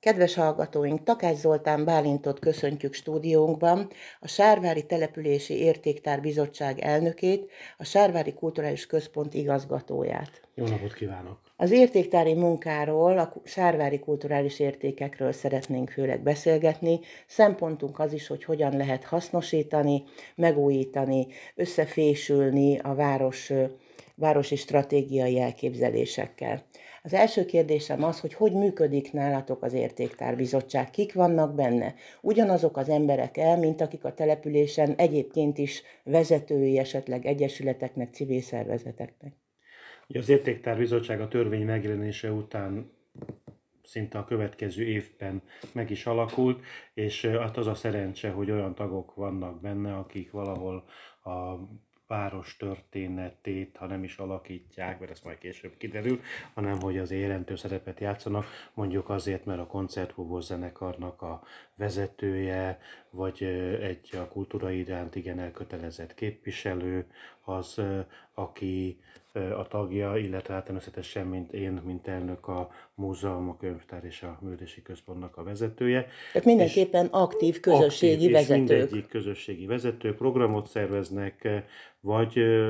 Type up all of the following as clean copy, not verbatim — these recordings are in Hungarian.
Kedves hallgatóink, Takács Zoltán Bálintot köszöntjük stúdiónkban, a Sárvári Települési Értéktár Bizottság elnökét, a Sárvári Kulturális Központ igazgatóját. Jó napot kívánok! Az értéktári munkáról, a sárvári kulturális értékekről szeretnénk főleg beszélgetni. Szempontunk az is, hogy hogyan lehet hasznosítani, megújítani, összefésülni a városi stratégiai elképzelésekkel. Az első kérdésem az, hogy működik nálatok az Értéktárbizottság, kik vannak benne? Ugyanazok az emberek mint akik a településen egyébként is vezetői, esetleg egyesületeknek, civil szervezeteknek? Ugye az Értéktárbizottság a törvény megjelenése után szinte a következő évben meg is alakult, és az a szerencse, hogy olyan tagok vannak benne, akik valahol a város történetét, ha nem is alakítják, mert ez majd később kiderül, hanem hogy azért jelentős szerepet játszanak, mondjuk azért, mert a koncerthúvós zenekarnak a vezetője, vagy egy a kultúra iránt igen elkötelezett képviselő, az, aki a tagja, illetve hát természetesen, mint én, mint elnök, a múzeum, a könyvtár és a művészeti központnak a vezetője. Tehát mindenképpen aktív közösségi vezetők. Mindegyik közösségi vezető programot szerveznek, vagy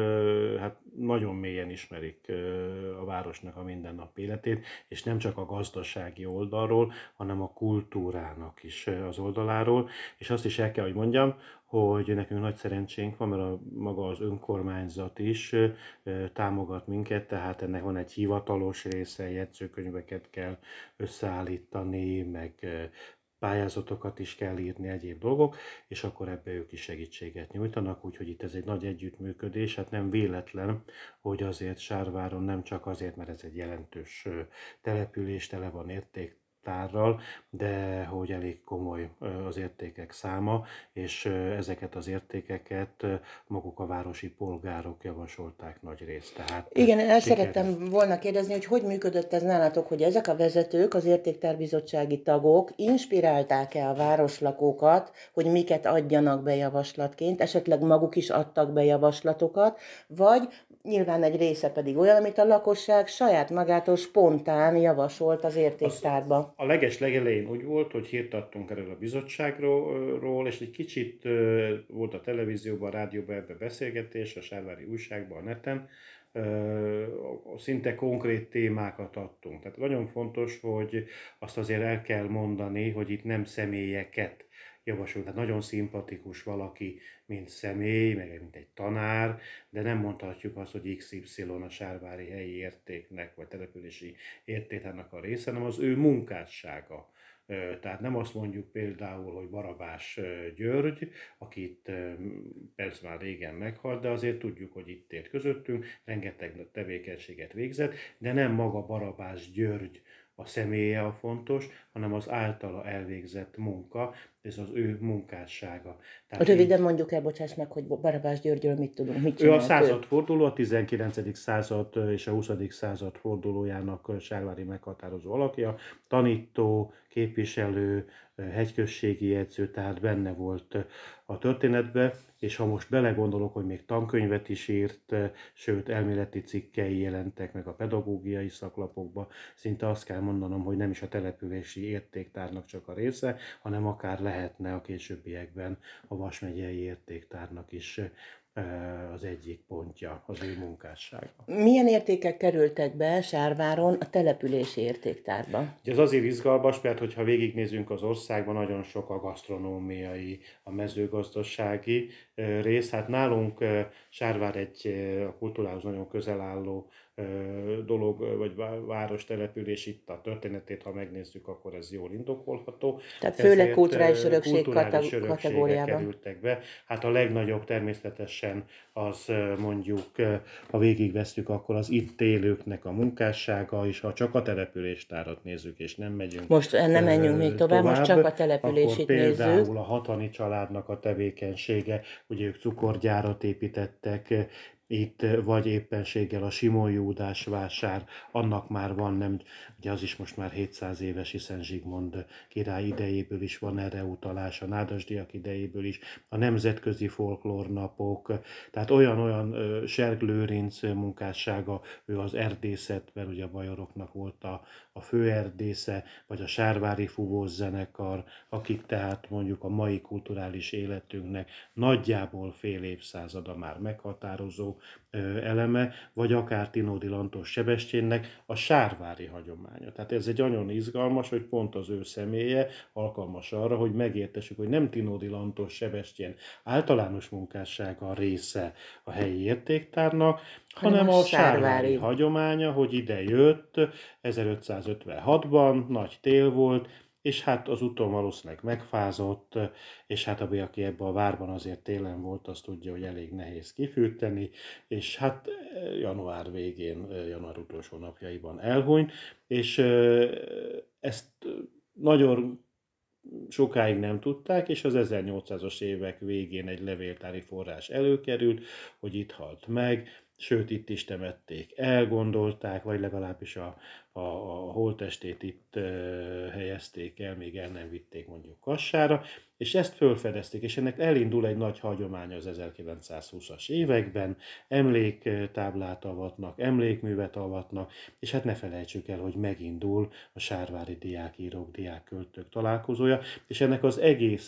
hát nagyon mélyen ismerik a városnak a mindennapi életét, és nem csak a gazdasági oldalról, hanem a kultúrának is az oldaláról. És azt is el kell, hogy mondjam, hogy nekünk nagy szerencsénk van, mert maga az önkormányzat is támogat minket, tehát ennek van egy hivatalos része, jegyzőkönyveket kell összeállítani, meg pályázatokat is kell írni, egyéb dolgok, és akkor ebbe ők is segítséget nyújtanak, úgyhogy itt ez egy nagy együttműködés, hát nem véletlen, hogy azért Sárváron nem csak azért, mert ez egy jelentős település, tele van értéktárral, de hogy elég komoly az értékek száma, és ezeket az értékeket maguk a városi polgárok javasolták nagy részt. Tehát igen, el szerettem volna kérdezni, hogy működött ez nálatok, hogy ezek a vezetők, az értéktárbizottsági tagok inspirálták-e a városlakókat, hogy miket adjanak be javaslatként, esetleg maguk is adtak be javaslatokat, vagy nyilván egy része pedig olyan, amit a lakosság saját magától spontán javasolt az értéktárba. A legelején úgy volt, hogy hírt adtunk erről a bizottságról, és egy kicsit volt a televízióban, a rádióban ebbe beszélgetés, a Sárvári újságban, a neten, szinte konkrét témákat adtunk. Tehát nagyon fontos, hogy azt azért el kell mondani, hogy itt nem személyeket javasolt. Tehát nagyon szimpatikus valaki, mint személy, meg mint egy tanár, de nem mondhatjuk azt, hogy XY a sárvári helyi értéknek, vagy települési értéknek a része, hanem az ő munkássága. Tehát nem azt mondjuk például, hogy Barabás György, akit persze már régen meghalt, de azért tudjuk, hogy itt élt közöttünk, rengeteg tevékenységet végzett, de nem maga Barabás György a személye a fontos, hanem az általa elvégzett munka, ez az ő munkássága. Tehát röviden mondjuk el, bocsáss meg, hogy Barabás Györgyről mit tudunk, mit ő a századforduló, a 19. század és a 20. század fordulójának sárvári meghatározó alakja, tanító, képviselő, hegyközségi edző, tehát benne volt a történetbe, és ha most belegondolok, hogy még tankönyvet is írt, sőt elméleti cikkei jelentek meg a pedagógiai szaklapokba, szinte azt kell mondanom, hogy nem is a települési értéktárnak csak a része, hanem akár lehetne a későbbiekben a Vas megyei értéktárnak is az egyik pontja, az ő munkássága. Milyen értékek kerültek be Sárváron a települési értéktárba? Ez azért izgalmas, mert hogyha végignézünk az országban, nagyon sok a gasztronómiai, a mezőgazdasági rész. Hát nálunk Sárvár egy a kultúrához nagyon közel álló dolog, vagy város, település, itt a történetét, ha megnézzük, akkor ez jól indokolható. Tehát főleg kulturális örökség kategóriában kerültek be. Hát a legnagyobb természetesen az mondjuk, ha végigvesszük, akkor az itt élőknek a munkássága, és ha csak a településtárat nézzük, és nem megyünk most nem menjünk még tovább, most csak a települését nézzük. Például a Hatani családnak a tevékenysége, ugye ők cukorgyárat építettek, itt vagy éppenséggel a Simon Júdás vásár, annak már van, nem, ugye az is most már 700 éves, hiszen Zsigmond király idejéből is van erre utalás, a nádasdiak idejéből is, a nemzetközi folklórnapok, tehát olyan Serg Lőrinc munkássága, ő az erdészetben, ugye a bajoroknak volt a főerdésze, vagy a Sárvári Fúvós zenekar, akik tehát mondjuk a mai kulturális életünknek nagyjából fél évszázada már meghatározó eleme, vagy akár Tinódi Lantos Sebestyénnek a sárvári hagyománya. Tehát ez egy nagyon izgalmas, hogy pont az ő személye alkalmas arra, hogy megértessük, hogy nem Tinódi Lantos Sebestyén általános munkássága a része a helyi értéktárnak, hanem a sárvári hagyománya, hogy ide jött 1556-ban, nagy tél volt, és hát az úton valószínűleg megfázott, és hát aki ebben a várban azért télen volt, azt tudja, hogy elég nehéz kifűteni, és hát január végén, január utolsó napjaiban elhunyt, és ezt nagyon sokáig nem tudták, és az 1800-as évek végén egy levéltári forrás előkerült, hogy itt halt meg, sőt itt is temették el, gondolták, vagy legalábbis a holttestét itt helyezték el, még el nem vitték mondjuk Kassára, és ezt fölfedezték, és ennek elindul egy nagy hagyománya az 1920-as években, emléktáblát avatnak, emlékművet avatnak, és hát ne felejtsük el, hogy megindul a sárvári diákírók, diákköltők találkozója, és ennek az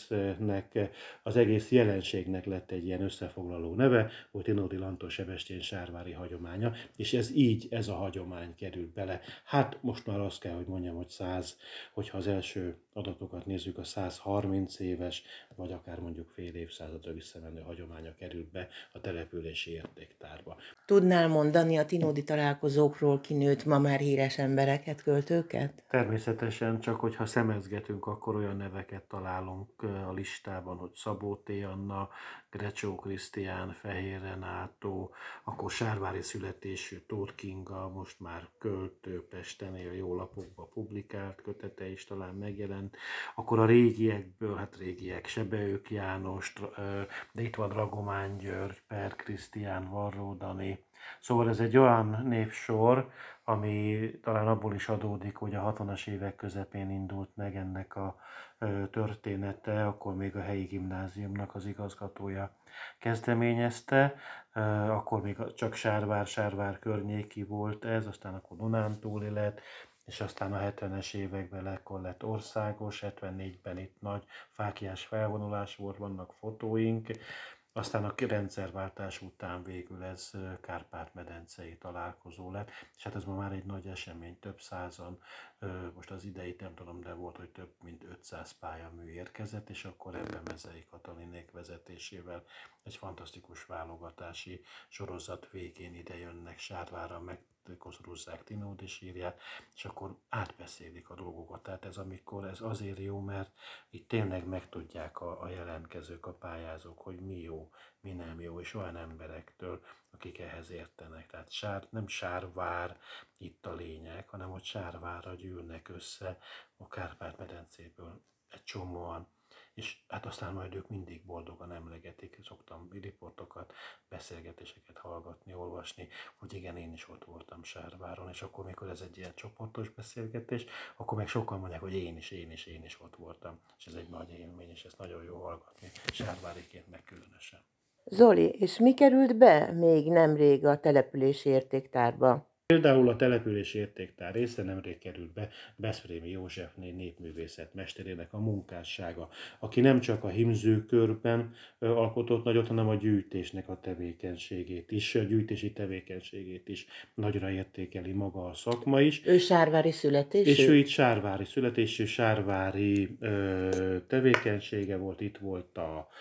egész jelenségnek lett egy ilyen összefoglaló neve, hogy Tinódi Lantos Sebestyén sárvári hagyománya, és ez a hagyomány került bele. Hát most már azt kell, hogy mondjam, hogy hogyha az első adatokat nézzük, a 130 éves, vagy akár mondjuk fél évszázadra visszamenő hagyománya került be a települési értéktárba. Tudnál mondani a tinódi találkozókról kinőtt ma már híres embereket, költőket? Természetesen, csak hogyha szemezgetünk, akkor olyan neveket találunk a listában, hogy Szabó T. Anna, Grecsó Krisztián, Fehér Renátó, akkor sárvári születésű Tóth Kinga, most már költő, Pesten él, jó lapokba publikált, kötete is talán megjelent, akkor a régiekből, hát régiek, Sebeők János, de itt van Dragomán György, Per Krisztián, Varró Dani. Szóval ez egy olyan névsor, ami talán abból is adódik, hogy a 60-as évek közepén indult meg ennek a története, akkor még a helyi gimnáziumnak az igazgatója kezdeményezte, akkor még csak Sárvár környéki volt ez, aztán akkor Dunántúli lett, és aztán a 70-es években akkor lett országos, 74-ben itt nagy fáklyás felvonulás volt, vannak fotóink, aztán a rendszerváltás után végül ez Kárpát-medencei találkozó lett, és hát ez ma már egy nagy esemény, több százan, most az ideit nem tudom, de volt, hogy több mint 500 pályamű érkezett, és akkor ebben Mezei Katalinék vezetésével egy fantasztikus válogatási sorozat végén ide jönnek Sárvára, megkoszorúzzák Tinódi sírját, és akkor átbeszélik a dolgokat. Tehát ez azért jó, mert itt tényleg megtudják a jelentkezők, a pályázók, hogy mi jó, mi nem jó, és olyan emberektől, akik ehhez értenek. Tehát nem Sárvár itt a lényeg, hanem hogy Sárvárra gyűlnek össze a Kárpát-medencéből egy csomóan, és hát aztán majd ők mindig boldogan emlegetik, szoktam riportokat, beszélgetéseket hallgatni, olvasni, hogy igen, én is ott voltam Sárváron, és akkor, mikor ez egy ilyen csoportos beszélgetés, akkor meg sokan mondják, hogy én is ott voltam, és ez egy nagy élmény, és ezt nagyon jó hallgatni, Sárváriként meg különösen. Zoli, és mi került be még nemrég a települési értéktárba? Például a települési értéktár része nemrég került be Beszprémi Józsefné népművészet mesterének a munkássága, aki nem csak a hímzőkörben alkotott nagyot, hanem a gyűjtésnek a tevékenységét is, a gyűjtési tevékenységét is nagyra értékeli maga a szakma is. Ő sárvári születésű? És ő itt sárvári születésű, sárvári tevékenysége volt, itt volt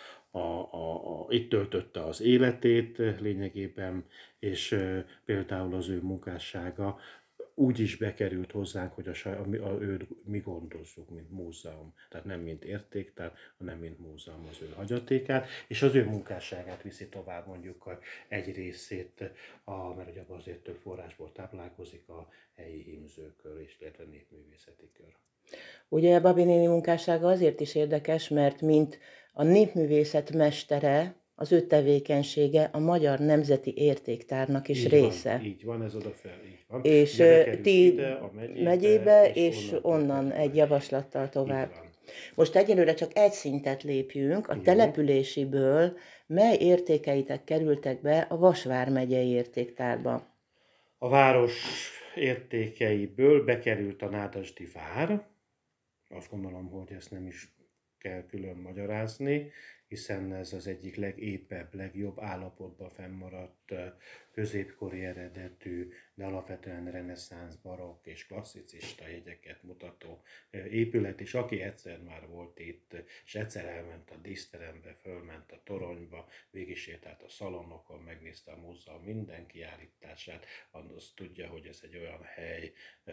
itt töltötte az életét lényegében, és például az ő munkássága úgy is bekerült hozzánk, hogy őt mi gondozzuk, mint múzeum. Tehát nem mint értéktár, hanem mint múzeum az ő hagyatékát, és az ő munkásságát viszi tovább mondjuk egy részét, mert ugye azért több forrásból táplálkozik a helyi hímzőkör és illetve népművészeti kör. Ugye a Babi néni munkássága azért is érdekes, mert mint a népművészet mestere, az ő tevékenysége a Magyar Nemzeti Értéktárnak is része. így van, ez odafelé, így van. És Ugye bekerült ti ide a megyébe, megyébe, és és onnantól onnan pedig a egy helyére. javaslattal Így tovább. van. Most egyelőre csak egy szintet lépjünk, a Jó. településiből mely értékeitek kerültek be a Vasvár megyei értéktárba? A város értékeiből bekerült a Nádasdi vár. Azt gondolom, hogy ezt nem is kell külön magyarázni, hiszen ez az egyik legépebb, legjobb állapotban fennmaradt középkori eredetű, de alapvetően reneszánsz, barokk és klasszicista jegyeket mutató épület, és aki egyszer már volt itt, és egyszer elment a díszterembe, fölment a toronyba, végigsétált a szalonokon, megnézte a múzeum minden kiállítását, az tudja, hogy ez egy olyan hely,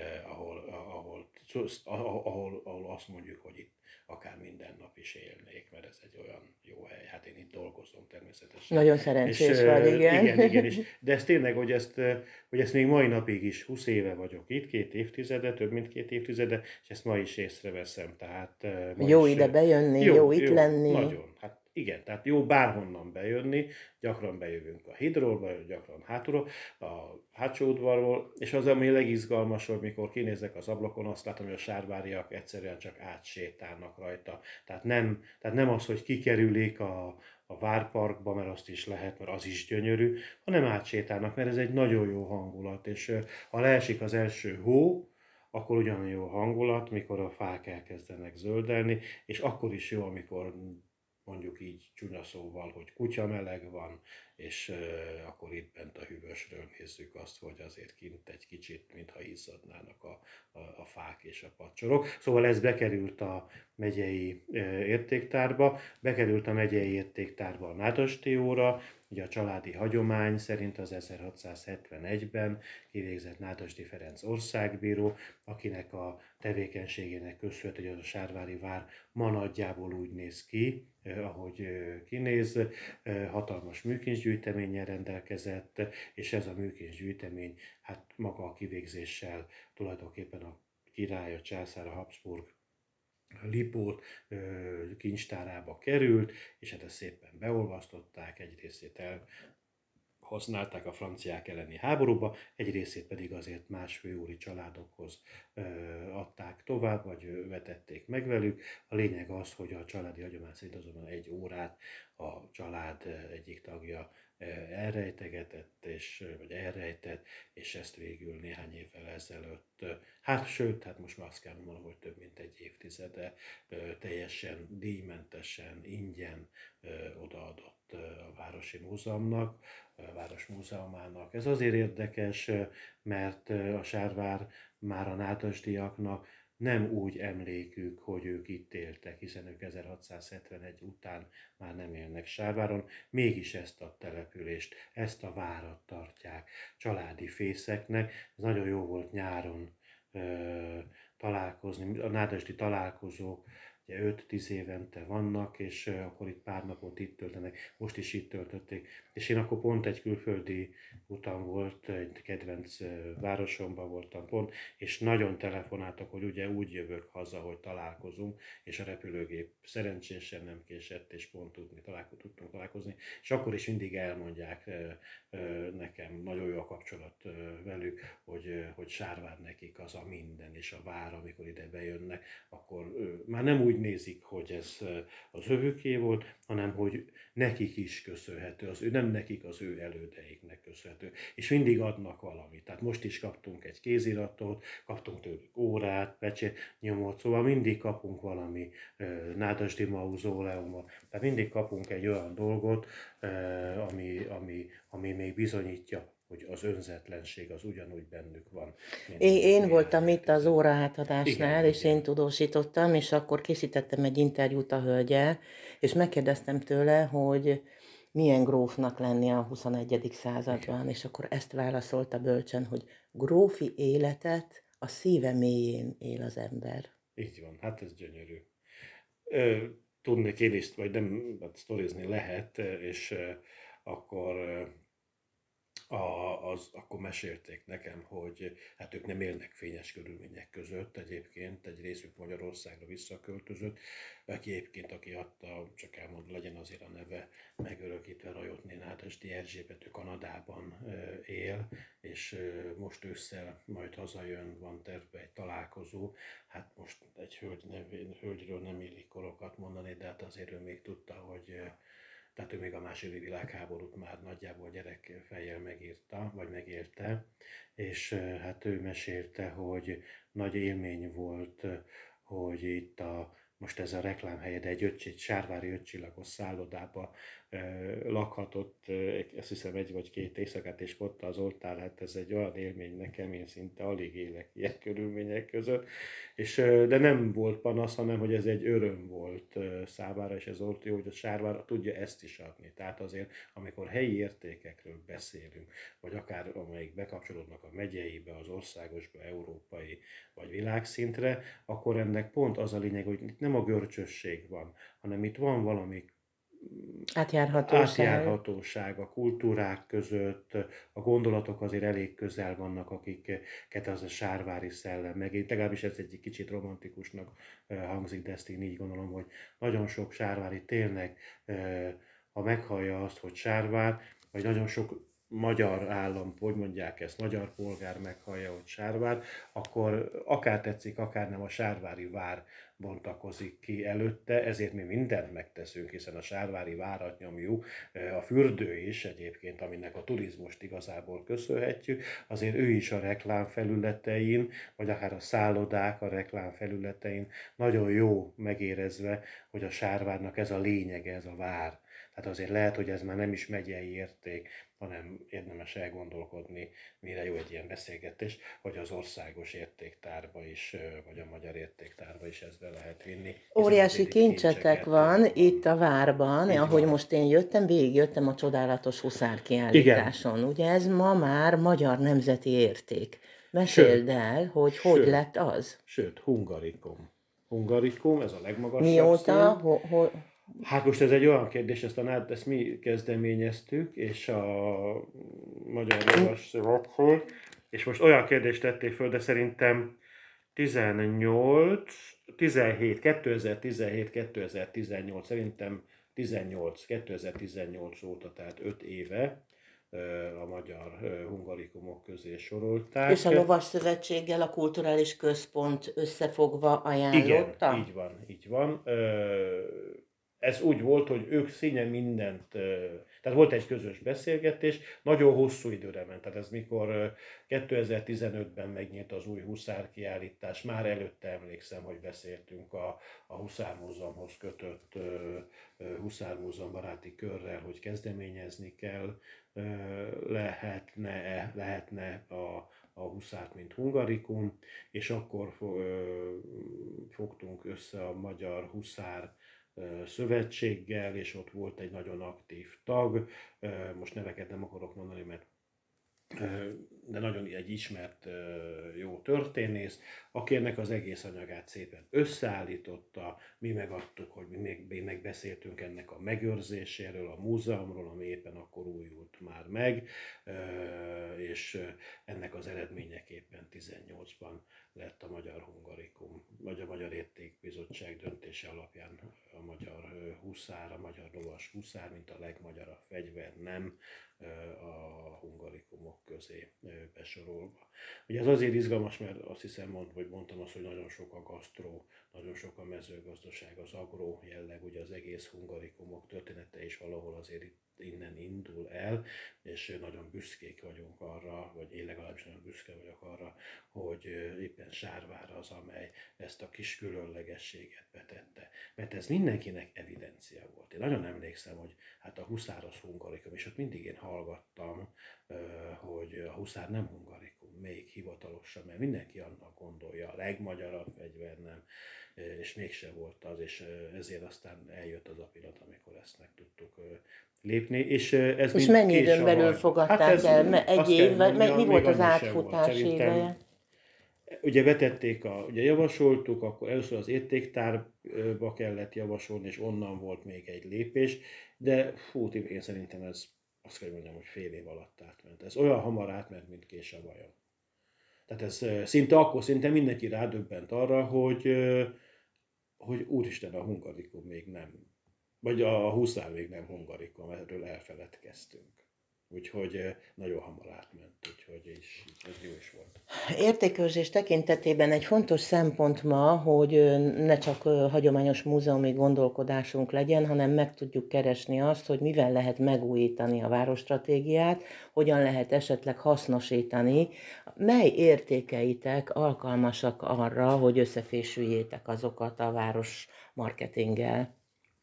ahol azt mondjuk, hogy itt akár minden nap is élnék, mert ez egy olyan jó hely. Hát én itt dolgozom természetesen. Nagyon szerencsés vagy, igen. Igen, de ez tényleg, hogy ezt még mai napig is, 20 éve vagyok itt, 2 évtizede, több mint 2 évtizede, és ezt ma is észreveszem. Tehát Jó ide bejönni, jó itt lenni. Nagyon. Hát igen, tehát jó bárhonnan bejönni, gyakran bejövünk a hídról, vagy gyakran hátulról, a hátsó udvarról, és az, ami legizgalmasabb, mikor kinézek az ablakon, azt látom, hogy a sárváriak egyszerűen csak átsétálnak rajta. Tehát nem az, hogy kikerülik a várparkba, mert azt is lehet, mert az is gyönyörű, hanem átsétálnak, mert ez egy nagyon jó hangulat, és ha leesik az első hó, akkor ugyanolyan jó hangulat, mikor a fák elkezdenek zöldelni, és akkor is jó, amikor mondjuk így csúnya szóval, hogy kutyameleg van, és akkor itt bent a hűvösről nézzük azt, hogy azért kint egy kicsit, mintha izzadnának a fák és a pacsorok. Szóval ez bekerült a megyei értéktárba, bekerült a megyei értéktárba a Nádasdi óra, ugye a családi hagyomány szerint az 1671-ben kivégzett Nádasdi Ferenc országbíró, akinek a tevékenységének köszönhető, hogy az a Sárvári vár ma nagyjából úgy néz ki, ahogy kinéz, hatalmas műkincsgyűjteménnyel rendelkezett, és ez a műkincsgyűjtemény, hát maga a kivégzéssel tulajdonképpen a király, a császár, a Habsburg Lipót kincstárába került, és hát ezt szépen beolvasztották, egy részét használták a franciák elleni háborúba, egy részét pedig azért más főúri családokhoz adták tovább, vagy vetették meg velük. A lényeg az, hogy a családi hagyomány szerint azonban egy órát a család egyik tagja elrejtegetett, vagy elrejtett, és ezt végül néhány évvel ezelőtt, hát most már azt kell mondanom, hogy több mint egy évtizede teljesen díjmentesen, ingyen odaadott a Városi Múzeumnak, a Város Múzeumának. Ez azért érdekes, mert a Sárvár már a nádasdiaknak nem úgy emlékük, hogy ők itt éltek, hiszen ők 1671 után már nem élnek Sárváron, mégis ezt a települést, ezt a várat tartják családi fészeknek. Ez nagyon jó volt nyáron találkozni, a nádasdi találkozók, ugye 5-10 évente vannak, és akkor itt pár napot itt töltenek, most is itt töltötték. És én akkor pont egy külföldi utam volt, egy kedvenc városomban voltam pont, és nagyon telefonáltak, hogy ugye úgy jövök haza, hogy találkozunk, és a repülőgép szerencsésen nem késett, és pont tudtunk találkozni, és akkor is mindig elmondják nekem, nagyon jó a kapcsolat velük, hogy Sárvár nekik az a minden, és a vár, amikor ide bejönnek, akkor már nem úgy nézik, hogy ez az övüké volt, hanem hogy nekik is köszönhető, nem nekik, az ő elődeiknek köszönhető. És mindig adnak valamit. Tehát most is kaptunk egy kéziratot, kaptunk tőlük órát, pecsényomot, szóval mindig kapunk valami Nádasdi mauzóleumot, tehát mindig kapunk egy olyan dolgot, ami még bizonyítja, hogy az önzetlenség az ugyanúgy bennük van. Én voltam itt az óraátadásnál, és igen. én tudósítottam, és akkor készítettem egy interjút a hölgyel, és megkérdeztem tőle, hogy milyen grófnak lenni a 21. században, igen. És akkor ezt válaszolta bölcsen, hogy grófi életet a szíve mélyén él az ember. Így van, hát ez gyönyörű. Tudnék én is, vagy nem, hát sztorizni lehet, és akkor akkor mesélték nekem, hogy hát ők nem élnek fényes körülmények között, egyébként egy részük Magyarországra visszaköltözött, aki adta, csak elmondom, legyen azért a neve megörökítve, Rajotné Nádasdy Erzsébet, ő Kanadában él, és most ősszel majd hazajön, van tervbe egy találkozó. Hát most egy hölgyről nem illik korokat mondani, de hát azért ő még tudta, hogy tehát ő még a második világháborút már nagyjából gyerekfejjel megírta, vagy megélte, és hát ő mesélte, hogy nagy élmény volt, hogy itt most ez a reklámhelyed egy sárvári ötcsillagos szállodába lakhatott, azt hiszem egy vagy két éjszakát, és ott az oltár, hát ez egy olyan élmény nekem, én szinte alig élek ilyen körülmények között, de nem volt panasz, hanem hogy ez egy öröm volt számára, és ez volt jó, hogy a Sárvár tudja ezt is adni. Tehát azért, amikor helyi értékekről beszélünk, vagy akár amelyik bekapcsolódnak a megyeibe, az országosba, európai vagy világszintre, akkor ennek pont az a lényeg, hogy itt nem a görcsösség van, hanem itt van valami átjárhatóság a kultúrák között, a gondolatok azért elég közel vannak, akiket az a sárvári szellem megint, legalábbis ez egy kicsit romantikusnak hangzik, de ezt én így gondolom, hogy nagyon sok sárvári tényleg, ha meghallja azt, hogy Sárvár, vagy nagyon sok magyar állam, hogy mondják ezt, magyar polgár meghallja, hogy Sárvár, akkor akár tetszik, akár nem, a sárvári vár bontakozik ki előtte, ezért mi mindent megteszünk, hiszen a sárvári várat nyomjuk, a fürdő is egyébként, aminek a turizmust igazából köszönhetjük, azért ő is a reklámfelületein, vagy akár a szállodák a reklámfelületein nagyon jó megérezve, hogy a Sárvárnak ez a lényege, ez a vár. Tehát azért lehet, hogy ez már nem is megyei érték, hanem érdemes elgondolkodni, mire jó egy ilyen beszélgetés, hogy az országos értéktárba is, vagy a magyar értéktárba is ezt be lehet vinni. Óriási kincsetek van itt a várban, ahogy most én végigjöttem a csodálatos huszárkiállításon. Igen. Ugye ez ma már magyar nemzeti érték. Meséld el, hogy lett az? Sőt, Hungarikum. Hungarikum, ez a legmagasabb Mióta? Hát most ez egy olyan kérdés, ezt mi kezdeményeztük, és a Magyar Lovas Szövetség, és most olyan kérdést tették föl, de szerintem 2017-2018, szerintem 2018 óta, tehát 5 éve a magyar hungarikumok közé sorolták. És a Lovas Szövetséggel a Kulturális Központ összefogva ajánlotta? Igen, így van. Ez úgy volt, hogy ők színe mindent, tehát volt egy közös beszélgetés, nagyon hosszú időre ment, tehát ez mikor 2015-ben megnyílt az új huszárkiállítás, már előtte emlékszem, hogy beszéltünk a Huszármúzeumhoz kötött Huszármúzeum baráti körrel, hogy kezdeményezni kell, lehetne a huszárt, mint hungarikum, és akkor fogtunk össze a Magyar Huszár Szövetséggel, és ott volt egy nagyon aktív tag, most neveket nem akarok mondani, mert de nagyon egy ismert jó történész, aki ennek az egész anyagát szépen összeállította, mi megadtuk, hogy mi megbeszéltünk ennek a megőrzéséről, a múzeumról, ami éppen akkor újult már meg, és ennek az eredményeképpen 18-ban lett a Magyar Hungarikum, vagy a Magyar Értékbizottság döntése alapján a magyar huszár, a magyar lovas huszár, mint a legmagyarabb fegyver, nem a hungarikumok közé besorolva. Ugye ez azért izgalmas, mert azt hiszem, mondtam azt, hogy nagyon sok a gasztró, nagyon sok a mezőgazdaság, az agró jelleg, ugye az egész hungarikumok története is valahol azért innen indul el, és nagyon büszkék vagyunk arra, vagy én legalábbis nagyon büszke vagyok arra, hogy éppen Sárvár az, amely ezt a kis különlegességet betette. Mert ez mindenkinek evidencia volt. Én nagyon emlékszem, hogy hát a huszár az hungarikum, és ott mindig én hallgattam, hogy a huszár nem hungarikum, még hivatalosan, mert mindenki annak gondolja, a legmagyarabb fegyver nem, és mégse volt az, és ezért aztán eljött az a pillanat, amikor ezt meg tudtuk lépni. És mennyi időn belül fogadták el? Egy év? Mi volt az átfutás ideje? Ugye vetették, ugye javasoltuk, akkor először az értéktárba kellett javasolni, és onnan volt még egy lépés, de én szerintem ez azt kell mondjam, hogy fél év alatt átment. Ez olyan hamar átment, mint kés a vajon. Tehát ez szinte mindenki rádöbbent arra, hogy úristen, a Hungarikum még nem, vagy a Huszár még nem Hungarikum, erről elfeledkeztünk. Úgyhogy nagyon hamar átment, úgyhogy ez jó is volt. Értékőrzés tekintetében egy fontos szempont ma, hogy ne csak hagyományos múzeumi gondolkodásunk legyen, hanem meg tudjuk keresni azt, hogy mivel lehet megújítani a városstratégiát, hogyan lehet esetleg hasznosítani, mely értékeitek alkalmasak arra, hogy összefésüljétek azokat a város marketinggel.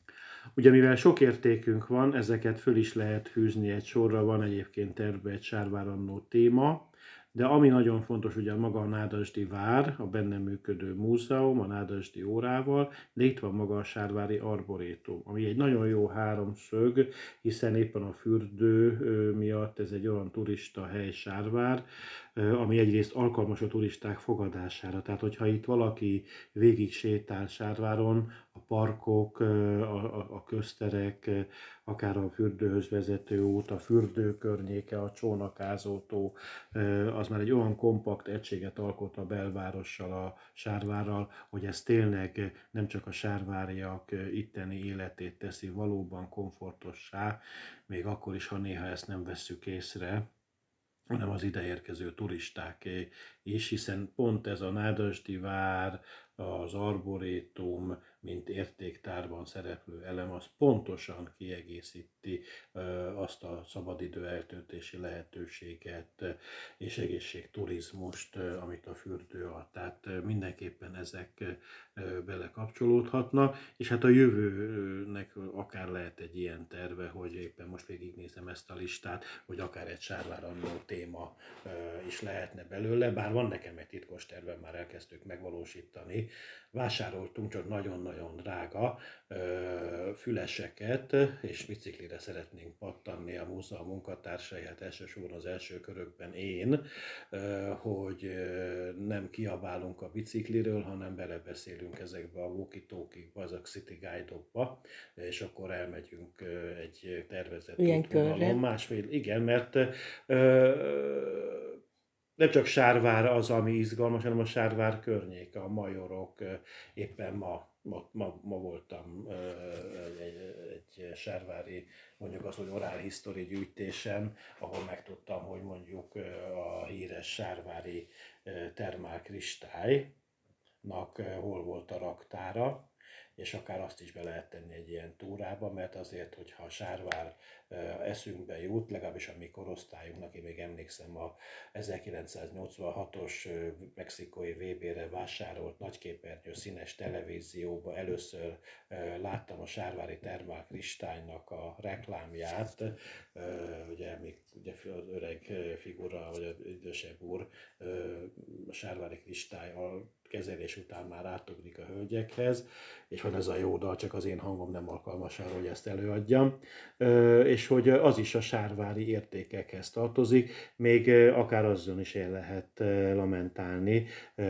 Ugye mivel sok értékünk van, ezeket föl is lehet fűzni egy sorra, van egyébként tervben egy Sárvárannó téma, de ami nagyon fontos, ugye maga a Nádasdy vár, a benne működő múzeum, a Nádasdy órával, de itt van maga a Sárvári Arborétum, ami egy nagyon jó háromszög, hiszen éppen a fürdő miatt ez egy olyan turista hely Sárvár, ami egyrészt alkalmas a turisták fogadására. Tehát, hogyha itt valaki végig sétál Sárváron, a parkok, a közterek, akár a fürdőhöz vezető út, a fürdő környéke, a csónakázótó, az már egy olyan kompakt egységet alkot a belvárossal, a Sárvárral, hogy ez tényleg nem csak a sárváriak itteni életét teszi valóban komfortossá, még akkor is, ha néha ezt nem vesszük észre, hanem az ideérkező turisták is, hiszen pont ez a Nádasdy vár, az arborétum, mint értéktárban szereplő elem, az pontosan kiegészíti azt a szabadidő eltöltési lehetőséget és egészségturizmust, amit a fürdő ad. Tehát mindenképpen ezek belekapcsolódhatnak, és hát a jövőnek akár lehet egy ilyen terve, hogy éppen most végignézem ezt a listát, hogy akár egy Sárvárannó téma is lehetne belőle, bár van nekem egy titkos tervem, már elkezdtük megvalósítani. Vásároltunk csak nagyon-nagyon drága füleseket, és biciklire szeretnénk pattanni a múzeum munkatársai, hát elsősorban az első körökben én, hogy nem kiabálunk a bicikliről, hanem belebeszélünk ezekbe a walkie-talkie-kba, azok city guide-okba, és akkor elmegyünk egy tervezett útvonalon. Másfél, igen, mert nem csak Sárvár az, ami izgalmas, hanem a Sárvár környéke, a majorok. Éppen ma voltam egy sárvári, mondjuk az, hogy oral history gyűjtésen, ahol megtudtam, hogy mondjuk a híres sárvári termál kristálynak hol volt a raktára, és akár azt is be lehet tenni egy ilyen túrába, mert azért, hogyha a Sárvár eszünkbe jut, legalábbis a mi korosztályunknak, én még emlékszem a 1986-os mexikói VB-re vásárolt nagyképernyő színes televízióba először láttam a sárvári termál kristálynak a reklámját, ugye az öreg figura, vagy az idősebb úr a sárvári kristály kezelés után már átugrik a hölgyekhez, és van ez a jó dal, csak az én hangom nem alkalmas arra, hogy ezt előadjam, és hogy az is a sárvári értékekhez tartozik, még akár azon is el lehet lamentálni,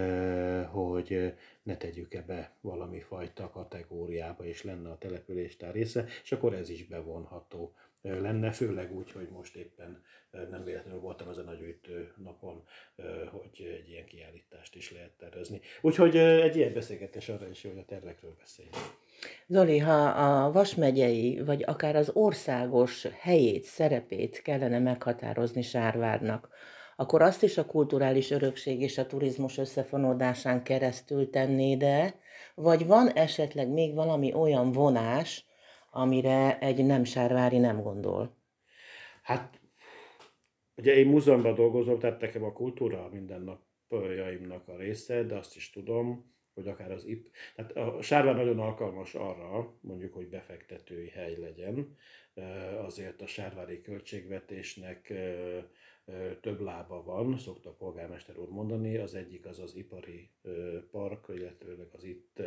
hogy ne tegyük ebbe valami fajta kategóriába, és lenne a településtár része, és akkor ez is bevonható lenne, főleg úgy, hogy most éppen nem véletlenül voltam ezen a gyűjtő napon, hogy egy ilyen kiállítást is lehet tervezni. Úgyhogy egy ilyen beszélgetés arra is jó, hogy a tervekről beszéljünk. Zoli, ha a Vas megyei, vagy akár az országos helyét, szerepét kellene meghatározni Sárvárnak, akkor azt is a kulturális örökség és a turizmus összefonódásán keresztül tennéd-e, vagy van esetleg még valami olyan vonás, amire egy nem sárvári nem gondol? Hát, ugye én múzeumban dolgozom, tehát nekem a kultúra mindennapjaimnak a része, de azt is tudom, hogy akár tehát a Sárvár nagyon alkalmas arra, mondjuk, hogy befektetői hely legyen, azért a sárvári költségvetésnek több lába van, szokta a polgármester úr mondani, az egyik az az ipari park, illetőleg az itt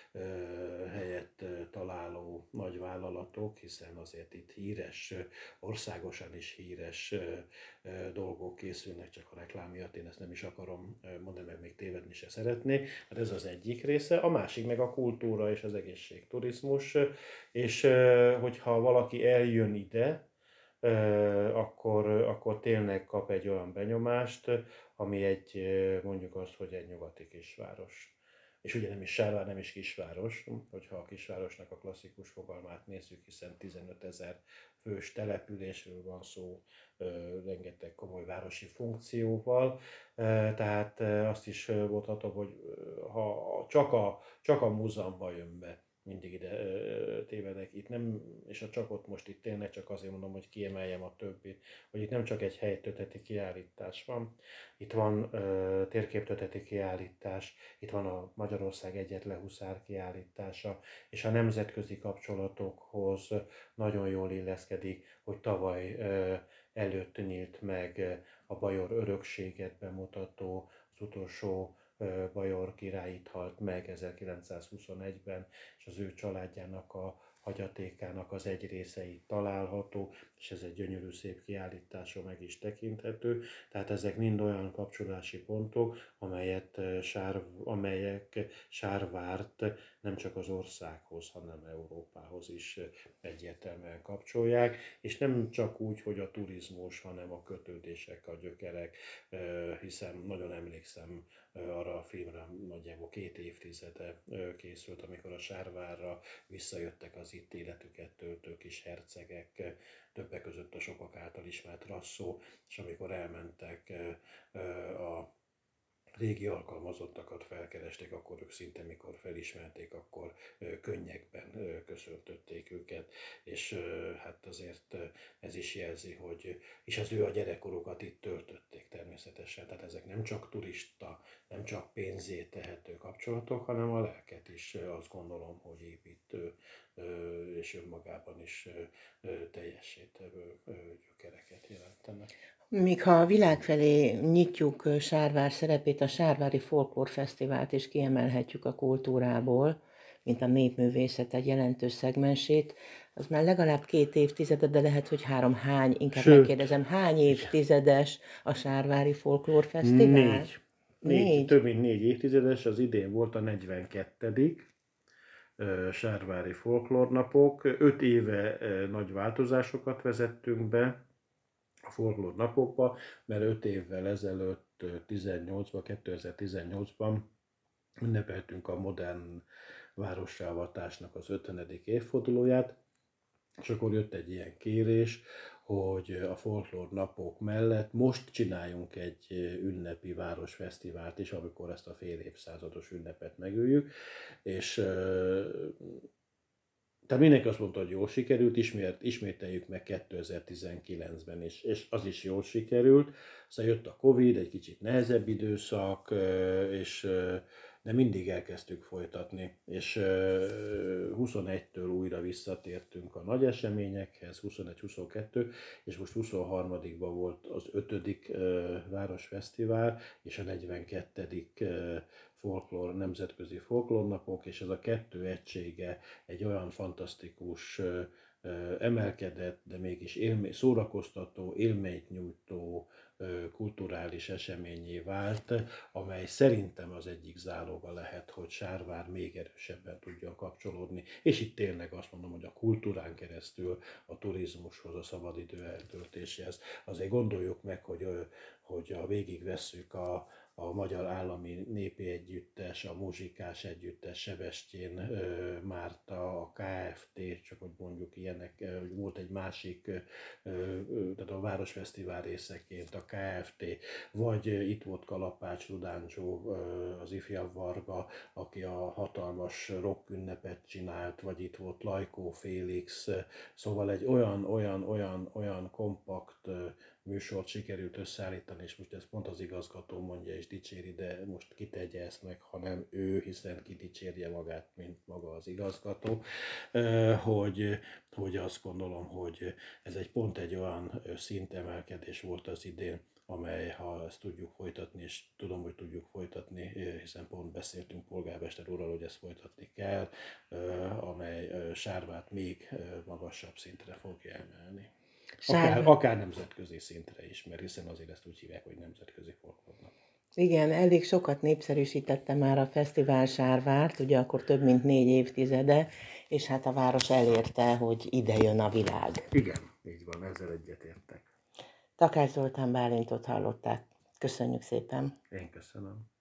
helyet találó nagyvállalatok, hiszen azért itt híres, országosan is híres dolgok készülnek, csak a reklám miatt én ezt nem is akarom mondani, meg még tévedni se szeretnék. Hát ez az egyik része, a másik meg a kultúra és az egészségturizmus, és hogyha valaki eljön ide, akkor tényleg kap egy olyan benyomást, ami mondjuk azt, hogy egy nyugati kisváros. És ugye nem is Sárvár, nem is kisváros, hogyha a kisvárosnak a klasszikus fogalmát nézzük, hiszen 15 000 fős településről van szó, rengeteg komoly városi funkcióval, tehát azt is mondhatom, hogy ha csak a múzeumban jön be, mindig ide tévedek. Itt nem, és a csakot most itt tényleg csak azért mondom, hogy kiemeljem a többit, hogy itt nem csak egy helytölteti kiállítás van, itt van térképtölteti kiállítás, itt van a Magyarország egyetlen huszár kiállítása, és a nemzetközi kapcsolatokhoz nagyon jól illeszkedik, hogy tavaly előtt nyílt meg a bajor örökséget bemutató, az utolsó bajor király itt halt meg 1921-ben, és az ő családjának a hagyatékának az egy része itt található, és ez egy gyönyörű szép kiállításra meg is tekinthető. Tehát ezek mind olyan kapcsolási pontok, amelyek Sárvárt nem csak az országhoz, hanem Európához is egyértelműen kapcsolják, és nem csak úgy, hogy a turizmus, hanem a kötődések, a gyökerek, hiszen nagyon emlékszem arra a filmre, nagyjából 2 évtizede készült, amikor a Sárvárra visszajöttek az itt életüket töltő kis hercegek, többek között a sokak által ismert Rasszó, és amikor elmentek a régi alkalmazottakat felkeresték, akkor ők szinte mikor felismerték, akkor könnyekben köszöntötték őket, és hát azért ez is jelzi, hogy és az ő a gyerekkorukat itt töltötték természetesen, tehát ezek nem csak turista, nem csak pénzé tehető kapcsolatok, hanem a lelket is azt gondolom, hogy építő és önmagában is teljesítő gyökereket jelentenek. Míg ha a világ felé nyitjuk Sárvár szerepét, a Sárvári Folklórfesztivált is kiemelhetjük a kultúrából, mint a népművészet egy jelentős szegmensét, az már legalább 2 évtizede, de lehet, hogy 3, inkább megkérdezem, hány évtizedes a Sárvári Folklórfesztivál? 4. Több mint 4 évtizedes, az idén volt a 42. Sárvári Folklórnapok. 5 éve nagy változásokat vezettünk be a folklórnapokba, mert 5 évvel ezelőtt, 2018-ban ünnepeltünk a modern várossá-avatásnak az 50. évfordulóját, és akkor jött egy ilyen kérés, hogy a folklórnapok mellett most csináljunk egy ünnepi városfesztivált is, amikor ezt a fél évszázados ünnepet megüljük, és tehát mindenki azt mondta, hogy jól sikerült, ismételjük meg 2019-ben is, és az is jól sikerült. Aztán jött a Covid, egy kicsit nehezebb időszak, de mindig elkezdtük folytatni, és 21-től újra visszatértünk a nagy eseményekhez, 21-22, és most 23-ban volt az 5. Városfesztivál, és a 42. Nemzetközi Folklórnapok, és ez a 2 egysége egy olyan fantasztikus emelkedett, de mégis szórakoztató, élményt nyújtó kulturális eseményé vált, amely szerintem az egyik záloga lehet, hogy Sárvár még erősebben tudja kapcsolódni, és itt tényleg azt mondom, hogy a kultúrán keresztül a turizmushoz, a szabadidő eltöltéséhez. Azért gondoljuk meg, hogy végigvesszük a Magyar Állami Népi Együttes, a Muzsikás Együttes, Sebestyén Márta, a KFT, csak hogy mondjuk ilyenek, volt egy másik, tehát a Városfesztivál részeként a KFT, vagy itt volt Kalapács Ludáncsó, az ifjabb Varga, aki a hatalmas rock ünnepet csinált, vagy itt volt Lajkó Félix, szóval egy olyan kompakt műsort sikerült összeállítani, és most ezt pont az igazgató mondja és dicséri, de most ki tegye ezt meg, hanem ő, hiszen ki dicsérje magát, mint maga az igazgató, hogy azt gondolom, hogy ez pont egy olyan szintemelkedés volt az idén, amely, ha ezt tudjuk folytatni, és tudom, hogy tudjuk folytatni, hiszen pont beszéltünk polgármester úrral, hogy ezt folytatni kell, amely Sárvárt még magasabb szintre fogja emelni. Akár nemzetközi szintre is, mert hiszen azért ezt úgy hívják, hogy nemzetközi folklórnap. Igen, elég sokat népszerűsítette már a fesztivál Sárvárt, ugye akkor több mint 4 évtizede, és hát a város elérte, hogy ide jön a világ. Igen, Így van, ezzel egyetértek. Takács Zoltán Bálintot hallották. Köszönjük szépen! Én köszönöm.